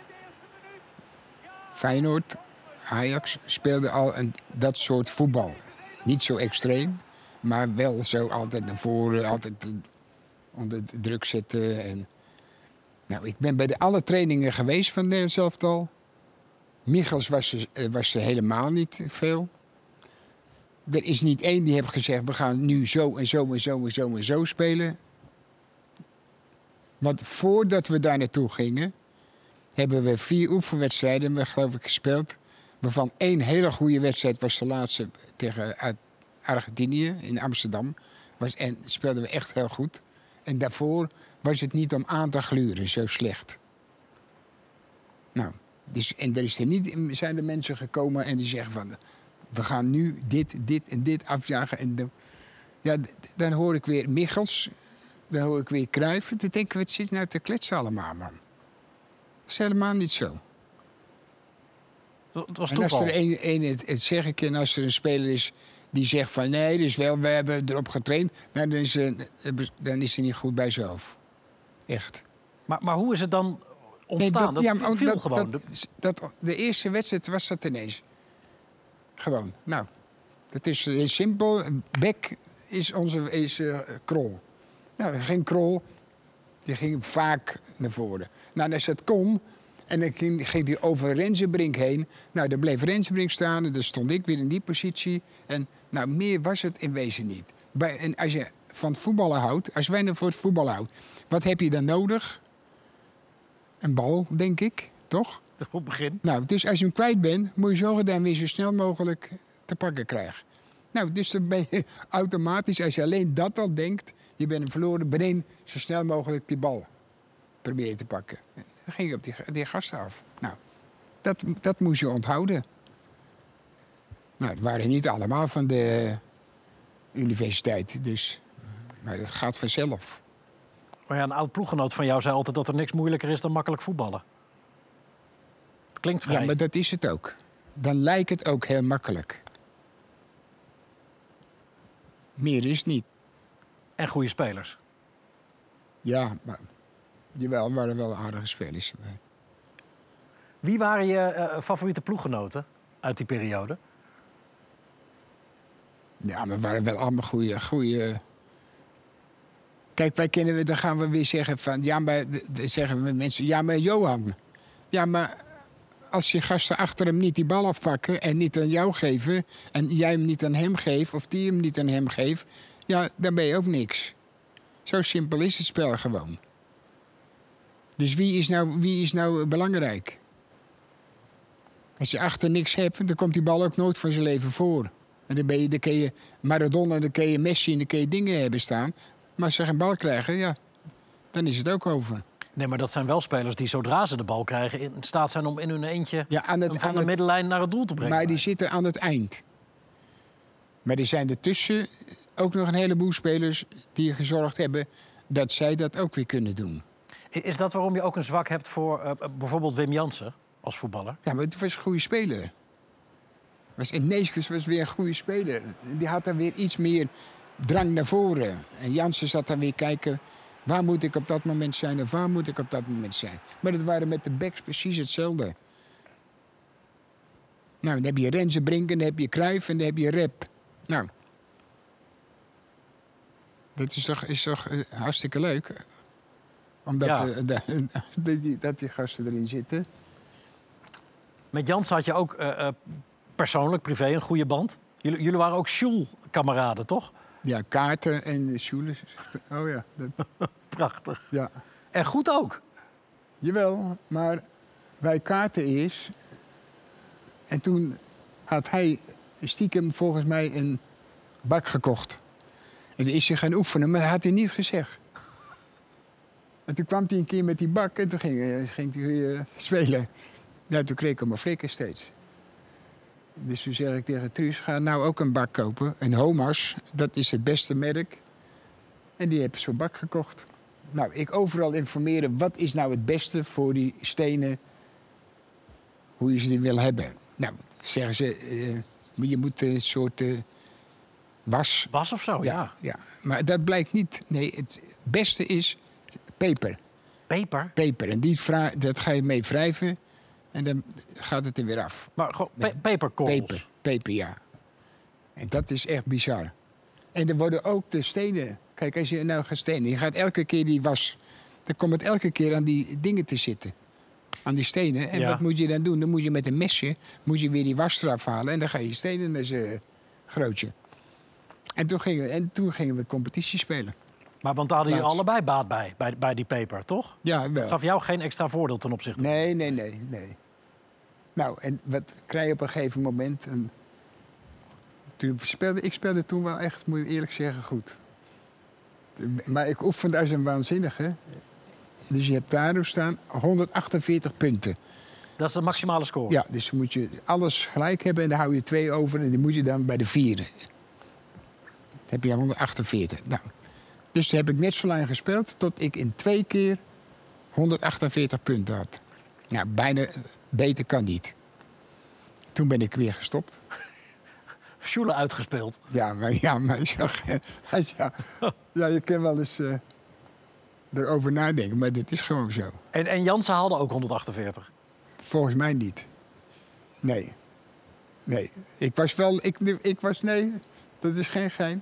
Feyenoord, Ajax speelde al een, dat soort voetbal. Niet zo extreem, maar wel zo altijd naar voren, altijd onder druk zetten. En... Nou, ik ben bij de alle trainingen geweest van Nederlands elftal. Michels was er, was er helemaal niet veel. Er is niet één die heeft gezegd, we gaan nu zo en zo en zo en zo en zo spelen. Want voordat we daar naartoe gingen, hebben we vier oefenwedstrijden, geloof ik, gespeeld. Waarvan één hele goede wedstrijd was de laatste tegen Argentinië in Amsterdam. Was, en speelden we echt heel goed. En daarvoor was het niet om aan te gluren, zo slecht. Nou, dus, en er is er niet, zijn er mensen gekomen en die zeggen van... we gaan nu dit, dit en dit afjagen. En de, ja, dan hoor ik weer Michels, dan hoor ik weer Cruijff. Dan denk ik, wat zit nou te kletsen allemaal, man? Dat is helemaal niet zo. Het was en als toeval. er een, een het, het zeg ik, en als er een speler is die zegt van... nee, dus wel, we hebben erop getraind... Nou, dan, is, dan is hij niet goed bij zelf. Echt. Maar, maar hoe is het dan ontstaan? Nee, dat, dat ja, viel dat, gewoon. Dat, dat, de eerste wedstrijd was dat ineens. Gewoon, nou. Dat is heel simpel. Beck is onze is, uh, Krol. Nou, geen Krol. Die ging vaak naar voren. Nou, als dat kon, En dan ging, ging hij over Rensenbrink heen. Nou, daar bleef Rensenbrink staan en dan stond ik weer in die positie. En nou, meer was het in wezen niet. Bij, en als je van het voetballen houdt, als wij nou voor het voetballen houdt, wat heb je dan nodig? Een bal, denk ik, toch? Dat is een goed begin. Nou, dus als je hem kwijt bent, moet je zorgen dat je hem weer zo snel mogelijk te pakken krijgt. Nou, dus dan ben je automatisch, als je alleen dat al denkt, je bent hem verloren, beneden zo snel mogelijk die bal proberen te pakken. Dan ging je op die, die gasten af. Nou, dat, dat moest je onthouden. Nou, het waren niet allemaal van de universiteit, dus maar dat gaat vanzelf. Maar ja, een oud ploeggenoot van jou zei altijd dat er niks moeilijker is dan makkelijk voetballen. Het klinkt vrij. Ja, maar dat is het ook. Dan lijkt het ook heel makkelijk. Meer is het niet. En goede spelers. Ja, maar jawel, waren wel aardige spelers. Wie waren je uh, favoriete ploeggenoten uit die periode? Ja, maar we waren wel allemaal goede, goede. Kijk, wij kennen, dan gaan we weer zeggen van, ja, maar dan zeggen we mensen, ja, maar Johan. Ja, maar als je gasten achter hem niet die bal afpakken en niet aan jou geven, en jij hem niet aan hem geeft of die hem niet aan hem geeft, ja, dan ben je ook niks. Zo simpel is het spel gewoon. Dus wie is nou, wie is nou belangrijk? Als je achter niks hebt, dan komt die bal ook nooit van zijn leven voor. En dan, ben je, dan kun je Maradona, dan kun je Messi en dan kun je dingen hebben staan. Maar als ze geen bal krijgen, ja, dan is het ook over. Nee, maar dat zijn wel spelers die zodra ze de bal krijgen in staat zijn om in hun eentje ja, aan het, hem van aan de het, middenlijn naar het doel te brengen. Maar die zitten aan het eind. Maar er zijn ertussen ook nog een heleboel spelers die gezorgd hebben dat zij dat ook weer kunnen doen. Is dat waarom je ook een zwak hebt voor uh, bijvoorbeeld Wim Jansen als voetballer? Ja, maar het was een goede speler. Was, en Neeskens was weer een goede speler. Die had dan weer iets meer drang naar voren. En Jansen zat dan weer kijken, waar moet ik op dat moment zijn of waar moet ik op dat moment zijn. Maar dat waren met de backs precies hetzelfde. Nou, dan heb je Rensenbrink en dan heb je Cruijff en dan heb je Rep. Nou, dat is toch, is toch uh, hartstikke leuk. Omdat ja. uh, dat, dat, die, dat die gasten erin zitten. Met Jansen had je ook uh, uh, persoonlijk, privé, een goede band. Jullie, jullie waren ook Sjoel-kameraden, toch? Ja, Kaarten en Sjoele. Oh ja. Dat... Prachtig. Ja. En goed ook. Jawel, maar bij Kaarten is... En toen had hij stiekem volgens mij een bak gekocht. En toen is hij gaan oefenen, maar dat had hij niet gezegd. En toen kwam hij een keer met die bak en toen ging, ging hij uh, spelen. Ja, toen kreeg ik hem maar flikken steeds. Dus toen zeg ik tegen Truus, ga nou ook een bak kopen. Een Homas, dat is het beste merk. En die heeft zo'n bak gekocht. Nou, ik overal informeren, wat is nou het beste voor die stenen, hoe je ze die wil hebben. Nou, zeggen ze, uh, je moet een soort uh, was. Was of zo, ja. ja. Ja, maar dat blijkt niet. Nee, het beste is peper. Peper? Peper. En die vra- dat ga je mee wrijven en dan gaat het er weer af. Maar gewoon pe- peperkorrels? Peper, peper, ja. En dat is echt bizar. En er worden ook de stenen... Kijk, als je nou gaat stenen, je gaat elke keer die was... Dan komt het elke keer aan die dingen te zitten. Aan die stenen. En ja. wat moet je dan doen? Dan moet je met een mesje moet je weer die was eraf halen. En dan ga je stenen naar zijn grootje. En toen gingen we, en toen gingen we competitie spelen. Maar want daar hadden jullie Laatst. allebei baat bij, bij, bij die peper, toch? Ja, wel. Dat gaf jou geen extra voordeel ten opzichte van... Nee, nee, nee, nee. Nou, en wat krijg je op een gegeven moment? Een... Toen speelde, ik speelde toen wel echt, moet ik eerlijk zeggen, goed. Maar ik oefende als een waanzinnige. Dus je hebt daar staan honderdachtenveertig punten. Dat is de maximale score? Ja, dus moet je alles gelijk hebben en dan hou je twee over... en die moet je dan bij de vieren. Dan heb je honderdachtenveertig. Nou, dus toen heb ik net zo lang gespeeld... tot ik in twee keer honderdachtenveertig punten had. Nou, bijna beter kan niet. Toen ben ik weer gestopt. Sjoele uitgespeeld. Ja, maar, ja, maar ja, ja, je kan wel eens uh, erover nadenken, maar dit is gewoon zo. En, en Jansen haalde ook honderdachtenveertig? Volgens mij niet. Nee. Nee. Ik was wel... Ik, ik was... Nee, dat is geen gein.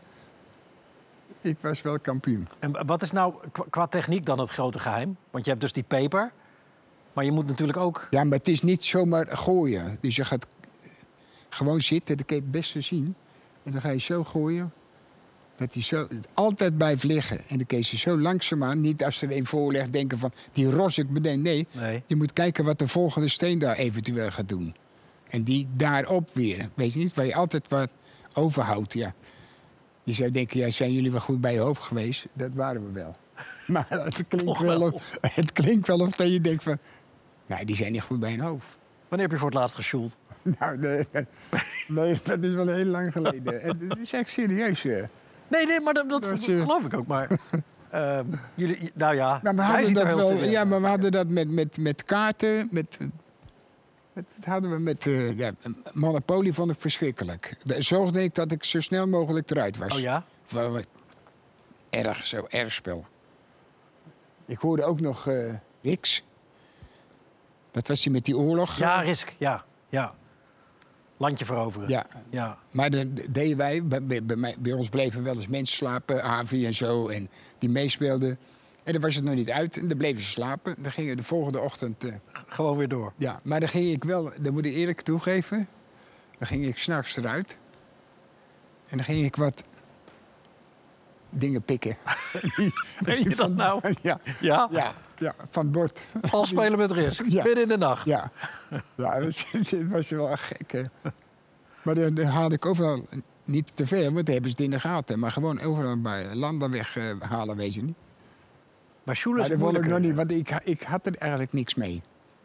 Ik was wel kampioen. En wat is nou qua techniek dan het grote geheim? Want je hebt dus die peper. Maar je moet natuurlijk ook... Ja, maar het is niet zomaar gooien. Dus je gaat gewoon zitten, dan kun je het beste zien. En dan ga je zo gooien, dat hij zo altijd blijft liggen. En dan kun je ze zo langzaamaan, niet als er een voor ligt, denken van... die ros ik meteen. Nee, Nee. je moet kijken wat de volgende steen daar eventueel gaat doen. En die daarop weer. Weet je niet, waar je altijd wat overhoudt, ja. Je zou denken, ja, zijn jullie wel goed bij je hoofd geweest? Dat waren we wel. Maar het klinkt Toch wel, wel. of, het klinkt wel of dat je denkt van... nee, die zijn niet goed bij hun hoofd. Wanneer heb je voor het laatst gesjoeld? Nou, nee, nee, dat is wel heel lang geleden. En het is echt serieus. eh. Nee, nee, maar dat, dat, Dat is, dat eh, geloof ik ook. Maar uh, jullie, nou ja, Maar we jij hadden ziet er dat heel wel. serieus Ja, uit. maar we hadden dat met, met, met kaarten. Met, met, dat hadden we met uh, ja, Monopoly vond ik verschrikkelijk. De- Zorgde ik dat ik zo snel mogelijk eruit was. Oh ja? Wel, erg, zo erg spel. Ik hoorde ook nog uh, Rix. Dat was hij met die oorlog. Ja, Risk, ja, ja. Landje veroveren. Ja. Ja. Maar dan deden wij, bij, bij, bij, mij- bij ons bleven wel eens mensen slapen, Avi en zo, en die meespeelden. En dan was het nog niet uit en dan bleven ze slapen. Dan gingen we de volgende ochtend... Uh, Gewoon weer door. ja, maar dan ging ik wel, dat moet ik eerlijk toegeven, dan ging ik s'nachts eruit. En dan ging ik wat dingen pikken. Meen je dat Van- nou? Ja, Ja? ja, ja, van het bord. Al spelen met Risk, Ja. midden in de nacht. Ja, ja dat, dat was wel echt gek. Hè. Maar dan, dan haalde ik overal, niet te veel, want dan hebben ze het in de gaten. Maar gewoon overal bij landen weghalen, weet je niet. Maar Sjoel Maar is dat wil ik moeilijker. nog niet, want ik, ik had er eigenlijk niks mee.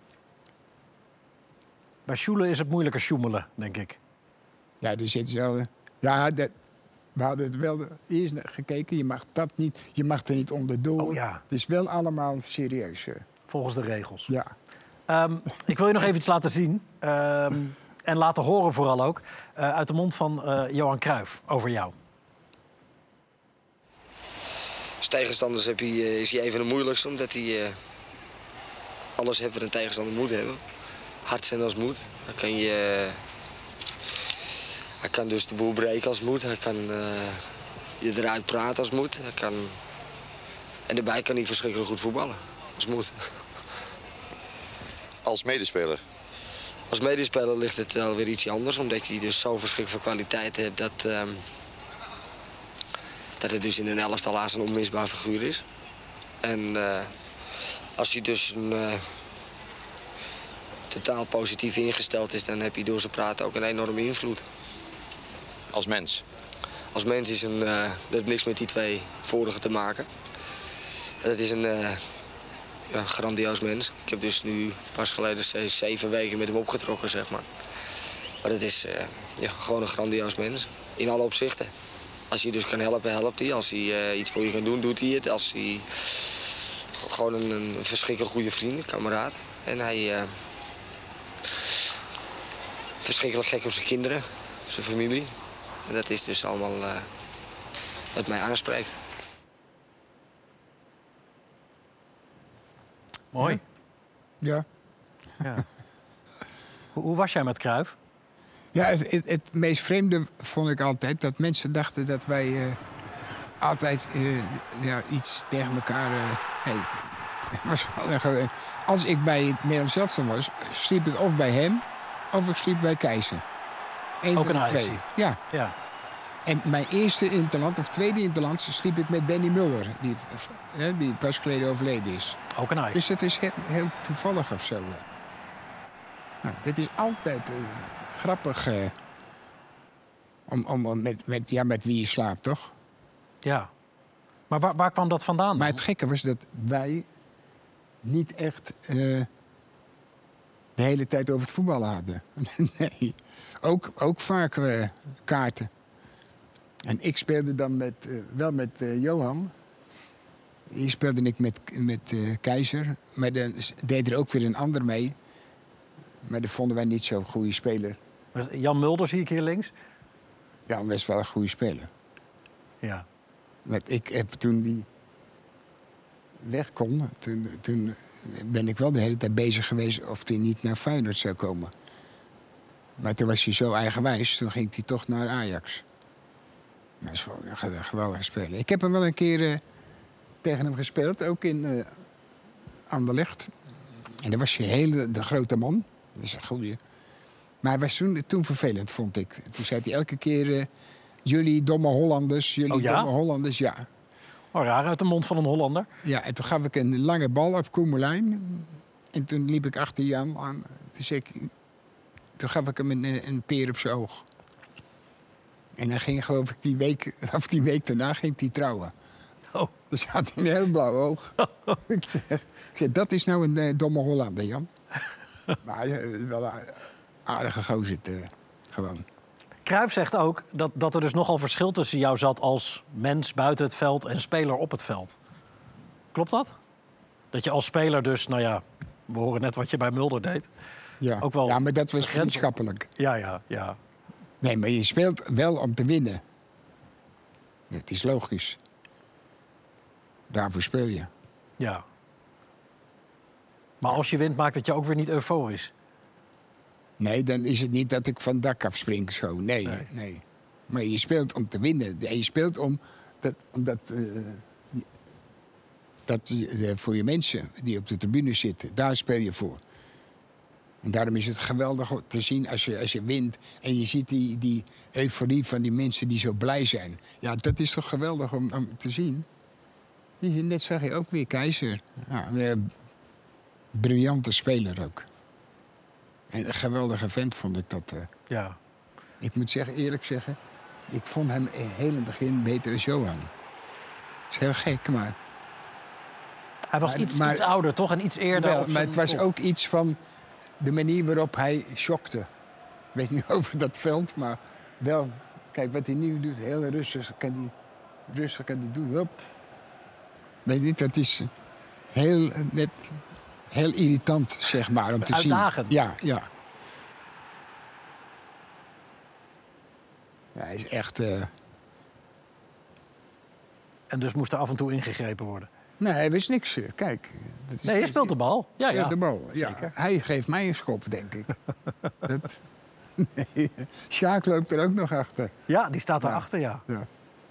Bij Sjoelen is het moeilijker sjoemelen, denk ik. Ja, er zitten ze wel... Ja, dat, we hadden het wel eerst naar gekeken. Je mag dat niet, je mag er niet onderdoor. Oh ja. Het is wel allemaal serieus. eh. Volgens de regels. Ja. Ehm, ik wil je nog even iets laten zien. Ehm, en laten horen vooral ook. eh, uit de mond van eh, Johan Cruijff over jou. Als tegenstanders heb je, eh, is hij een van de moeilijkste, omdat hij eh, alles heeft wat een tegenstander moet hebben. Hard zijn als moet. Dan kan je, eh, hij kan dus de boel breken als moet. Hij kan eh, je eruit praten als moet. Hij kan, en daarbij kan hij verschrikkelijk goed voetballen als moet. Als medespeler? Als medespeler ligt het wel weer iets anders, omdat hij dus zo verschrikkelijk veel kwaliteit hebt dat, ehm, dat het dus in een elftal haast een onmisbaar figuur is. En eh, als hij dus een, eh, totaal positief ingesteld is, dan heb je door zijn praten ook een enorme invloed. Als mens? Als mens is een, eh, dat heeft niks met die twee vorige te maken. Dat is een eh, ja, grandioos mens. Ik heb dus nu pas geleden ze- zeven weken met hem opgetrokken, zeg maar. Maar dat is eh, ja, gewoon een grandioos mens. In alle opzichten. Als je dus kan helpen, helpt hij. Als hij eh, iets voor je kan doen, doet hij het. Als hij g- gewoon een, een verschrikkelijk goede vriend, een kameraad. En hij eh, verschrikkelijk gek op zijn kinderen, zijn familie. En dat is dus allemaal eh, wat mij aanspreekt. Mooi. Ja. Ja. hoe, hoe was jij met Cruijff? Ja, het, het, het meest vreemde vond ik altijd dat mensen dachten dat wij eh, altijd eh, ja, iets tegen elkaar. eh hey, het was gewoon een gewe- als ik bij het Nederlands elftal was, sliep ik of bij hem of ik sliep bij Keizer. Eén Ook van een de twee. Ajaxiet. Ja. Ja. En mijn eerste interland of tweede interland sliep ik met Benny Muller, die, eh, die pas geleden overleden is. Ook een Ajax. Dus het is heel, heel toevallig of zo. eh. Nou, dit is altijd eh, grappig eh, om, om, om met, met, ja, met wie je slaapt, toch? Ja. Maar waar, waar kwam dat vandaan dan? Maar het gekke was dat wij niet echt eh, de hele tijd over het voetballen hadden. Nee, ook, ook vaak eh, kaarten. En ik speelde dan met, eh, wel met eh, Johan. Hier speelde ik met, met eh, Keizer. Maar dan deed er ook weer een ander mee. Maar dat vonden wij niet zo'n goede speler. Jan Mulder zie ik hier links. Ja, best wel een goede speler. Ja. Want ik heb toen die weg kon, toen, toen ben ik wel de hele tijd bezig geweest of hij niet naar Feyenoord zou komen. Maar toen was hij zo eigenwijs, toen ging hij toch naar Ajax. Maar dat is gewoon een ge- geweldige speler. Ik heb hem wel een keer eh, tegen hem gespeeld, ook in eh Anderlecht. En dat was je hele de grote man. Dat is een goeie. Maar hij was toen, toen vervelend, vond ik. Toen zei hij elke keer... Uh, jullie domme Hollanders, jullie oh, ja? domme Hollanders, ja. Oh, raar uit de mond van een Hollander. Ja, en toen gaf ik een lange bal op Koemelijn. En toen liep ik achter Jan aan. Toen, zei ik, toen gaf ik hem een, een peer op zijn oog. En dan ging, geloof ik, die week, of die week daarna ging hij trouwen. Oh. Dus hij had een heel blauw oog. ik, zeg, ik zeg, dat is nou een uh, domme Hollander, Jan. Maar uh, wel een aardige gozer, uh, gewoon. Cruijff zegt ook dat, dat er dus nogal verschil tussen jou zat als mens buiten het veld en speler op het veld. Klopt dat? Dat je als speler dus, nou ja, we horen net wat je bij Mulder deed. Ja, ook wel ja maar dat was vriendschappelijk. Ja, ja, ja. Nee, maar je speelt wel om te winnen. Het is logisch. Daarvoor speel je. Ja. Maar als je wint, maakt het je ook weer niet euforisch. Nee, dan is het niet dat ik van het dak afspring zo. Nee, nee, nee. Maar je speelt om te winnen. En je speelt om dat, omdat, uh, dat uh, voor je mensen die op de tribune zitten. Daar speel je voor. En daarom is het geweldig te zien als je, als je wint. En je ziet die, die euforie van die mensen die zo blij zijn. Ja, dat is toch geweldig om, om te zien. Net zag je ook weer Keizer. Ja, een briljante speler ook. En een geweldige vent vond ik dat. Uh. Ja. Ik moet zeggen, eerlijk zeggen... ik vond hem heel in het begin beter dan Johan. Dat is heel gek, maar... Hij was maar, iets, maar, iets ouder, toch? En iets eerder. Wel, maar het was ook iets van de manier waarop hij shockte. Ik weet niet over dat veld, maar wel... Kijk, wat hij nu doet, heel rustig kan hij, rustig kan hij doen. Hop. Weet je niet, dat is heel, net, heel irritant, zeg maar, om te Uitdagend. zien. Ja, ja. Ja, hij is echt... Uh... En dus moest er af en toe ingegrepen worden? Nee, hij wist niks. Kijk. Dat is nee, je speelt de bal. Ja, speelt ja. de bal. Ja. Zeker. Hij geeft mij een schop, denk ik. dat... Nee, Sjaak loopt er ook nog achter. Ja, die staat daarachter, ja. ja.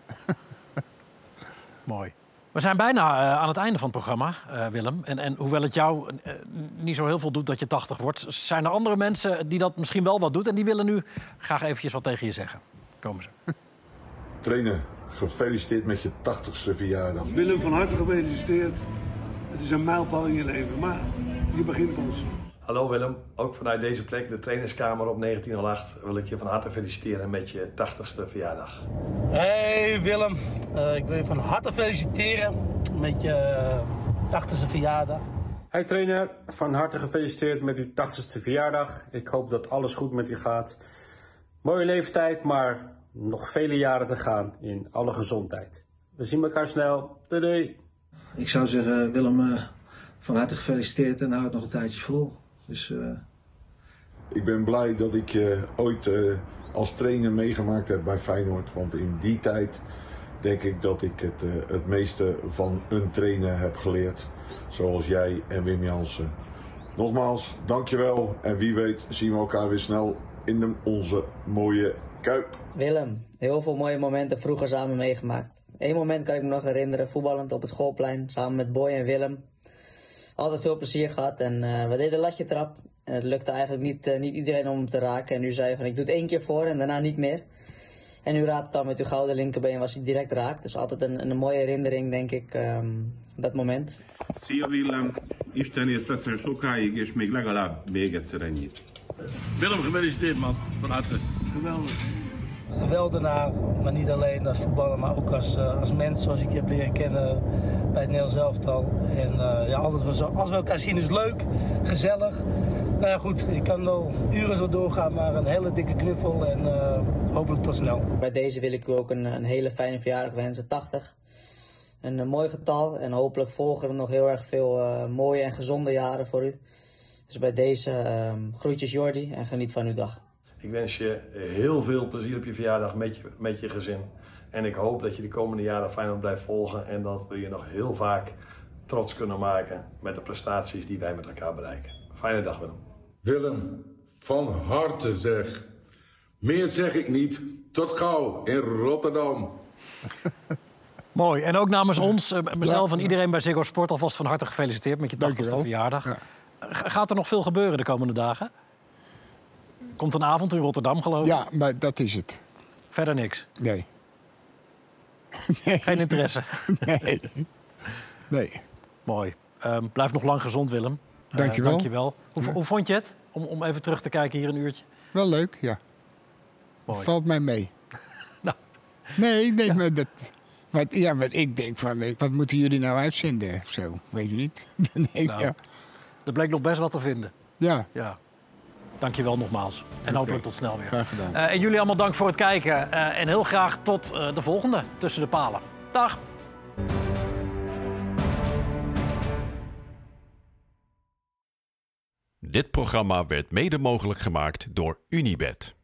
Mooi. We zijn bijna uh, aan het einde van het programma, uh, Willem. En, en hoewel het jou uh, niet zo heel veel doet dat je tachtig wordt... zijn er andere mensen die dat misschien wel wat doet... en die willen nu graag eventjes wat tegen je zeggen. Komen ze. Trainer, gefeliciteerd met je tachtigste verjaardag. Willem, van harte gefeliciteerd. Het is een mijlpaal in je leven, maar je begint pas. Hallo Willem, ook vanuit deze plek, de trainerskamer op negentien nul acht... wil ik je van harte feliciteren met je tachtigste verjaardag. Hey Willem, uh, ik wil je van harte feliciteren met je tachtigste verjaardag. Hey trainer, van harte gefeliciteerd met uw tachtigste verjaardag. Ik hoop dat alles goed met u gaat. Mooie leeftijd, maar nog vele jaren te gaan in alle gezondheid. We zien elkaar snel. Doei doei. Ik zou zeggen, Willem, uh, van harte gefeliciteerd en hou het nog een tijdje vol. Dus, uh... Ik ben blij dat ik je uh, ooit uh, als trainer meegemaakt heb bij Feyenoord. Want in die tijd denk ik dat ik het, uh, het meeste van een trainer heb geleerd. Zoals jij en Wim Jansen. Nogmaals, dankjewel. En wie weet zien we elkaar weer snel in de, onze mooie Kuip. Willem, heel veel mooie momenten vroeger samen meegemaakt. Eén moment kan ik me nog herinneren, voetballend op het schoolplein samen met Boy en Willem. Altijd veel plezier gehad en uh, we deden latje trap. En het lukte eigenlijk niet, uh, niet iedereen om hem te raken. En u zei van ik doe het één keer voor en daarna niet meer. En u raadt dan met uw gouden linkerbeen was hij direct raak. Dus altijd een, een mooie herinnering denk ik, um, dat moment. Szia Willem, Isten értetlen sokáig és még legalább még egyszer ennyit. Willem, gefeliciteerd man, van harte. Geweldig. Geweldenaar, maar niet alleen als voetballer, maar ook als, uh, als mens zoals ik je heb leren kennen bij het Nederlands elftal. En uh, ja, altijd was, als we elkaar zien is het leuk, gezellig. Nou ja goed, ik kan al uren zo doorgaan, maar een hele dikke knuffel en uh, hopelijk tot snel. Bij deze wil ik u ook een, een hele fijne verjaardag wensen, tachtig. Een, een mooi getal en hopelijk volgen er nog heel erg veel uh, mooie en gezonde jaren voor u. Dus bij deze uh, groetjes Jordi en geniet van uw dag. Ik wens je heel veel plezier op je verjaardag met je, met je gezin. En ik hoop dat je de komende jaren Feyenoord blijft volgen. En dat we je nog heel vaak trots kunnen maken met de prestaties die wij met elkaar bereiken. Fijne dag Willem. Willem, van harte zeg. Meer zeg ik niet. Tot gauw in Rotterdam. Mooi. En ook namens ons, uh, mezelf ja, en iedereen bij Ziggo Sport alvast van harte gefeliciteerd met je tachtigste verjaardag. Ja. G- gaat er nog veel gebeuren de komende dagen? Komt een avond in Rotterdam, geloof ik? Ja, maar dat is het. Verder niks? Nee. Geen interesse? Nee. Nee. Mooi. Um, blijf nog lang gezond, Willem. Dank je wel. Uh, dank je wel. Hoe, Ja. hoe vond je het? Om, om even terug te kijken hier een uurtje. Wel leuk, ja. Mooi. Valt mij mee. Nou. Nee, nee, maar dat... Wat, ja, wat ik denk van, eh, wat moeten jullie nou uitzenden of zo? Weet je niet? nee, Nou, ja. Er bleek nog best wat te vinden. Ja. Ja. Dank je wel nogmaals. En hopelijk tot snel weer. Graag gedaan. Uh, en jullie allemaal dank voor het kijken. Uh, en heel graag tot uh, de volgende Tussen de Palen. Dag. Dit programma werd mede mogelijk gemaakt door Unibet.